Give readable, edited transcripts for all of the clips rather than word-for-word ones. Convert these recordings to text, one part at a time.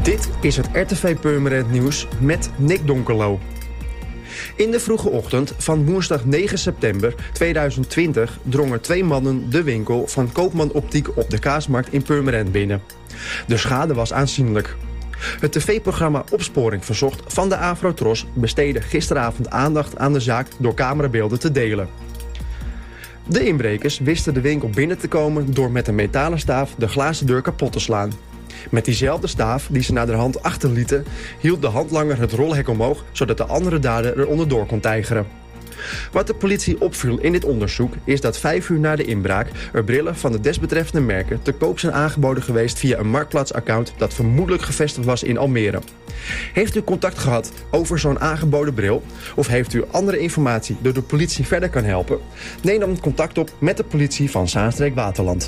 Dit is het RTV Purmerend Nieuws met Nick Donkerlo. In de vroege ochtend van woensdag 9 september 2020 drongen 2 mannen de winkel van Koopman Optiek op de Kaasmarkt in Purmerend binnen. De schade was aanzienlijk. Het tv-programma Opsporing Verzocht van de Afro-Tros besteedde gisteravond aandacht aan de zaak door camerabeelden te delen. De inbrekers wisten de winkel binnen te komen door met een metalen staaf de glazen deur kapot te slaan. Met diezelfde staaf die ze naderhand achterlieten, hield de handlanger het rolhek omhoog, zodat de andere dader er onderdoor kon tijgeren. Wat de politie opviel in dit onderzoek is dat 5 uur na de inbraak er brillen van de desbetreffende merken te koop zijn aangeboden geweest via een marktplaatsaccount dat vermoedelijk gevestigd was in Almere. Heeft u contact gehad over zo'n aangeboden bril? Of heeft u andere informatie die de politie verder kan helpen? Neem dan contact op met de politie van Zaanstreek-Waterland.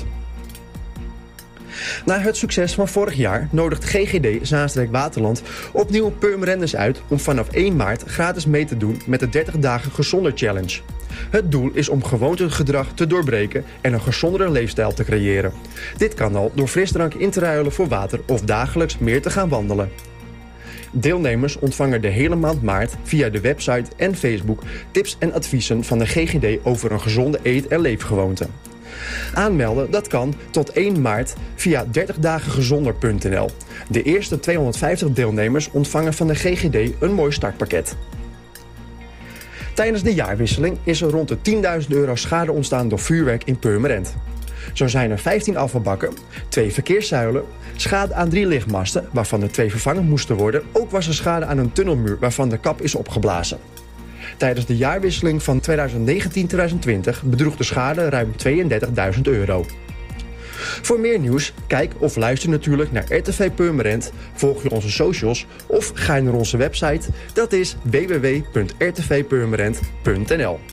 Na het succes van vorig jaar nodigt GGD Zaanstreek-Waterland opnieuw Purmerenders uit om vanaf 1 maart gratis mee te doen met de 30 dagen gezonder challenge. Het doel is om gewoontegedrag te doorbreken en een gezondere leefstijl te creëren. Dit kan al door frisdrank in te ruilen voor water of dagelijks meer te gaan wandelen. Deelnemers ontvangen de hele maand maart via de website en Facebook tips en adviezen van de GGD over een gezonde eet- en leefgewoonte. Aanmelden dat kan tot 1 maart via 30dagengezonder.nl. De eerste 250 deelnemers ontvangen van de GGD een mooi startpakket. Tijdens de jaarwisseling is er rond de €10.000 schade ontstaan door vuurwerk in Purmerend. Zo zijn er 15 afvalbakken, 2 verkeerszuilen, schade aan 3 lichtmasten, waarvan er 2 vervangen moesten worden. Ook was er schade aan een tunnelmuur waarvan de kap is opgeblazen. Tijdens de jaarwisseling van 2019-2020 bedroeg de schade ruim €32.000. Voor meer nieuws, kijk of luister natuurlijk naar RTV Purmerend, volg je onze socials of ga naar onze website. Dat is www.rtvpurmerend.nl.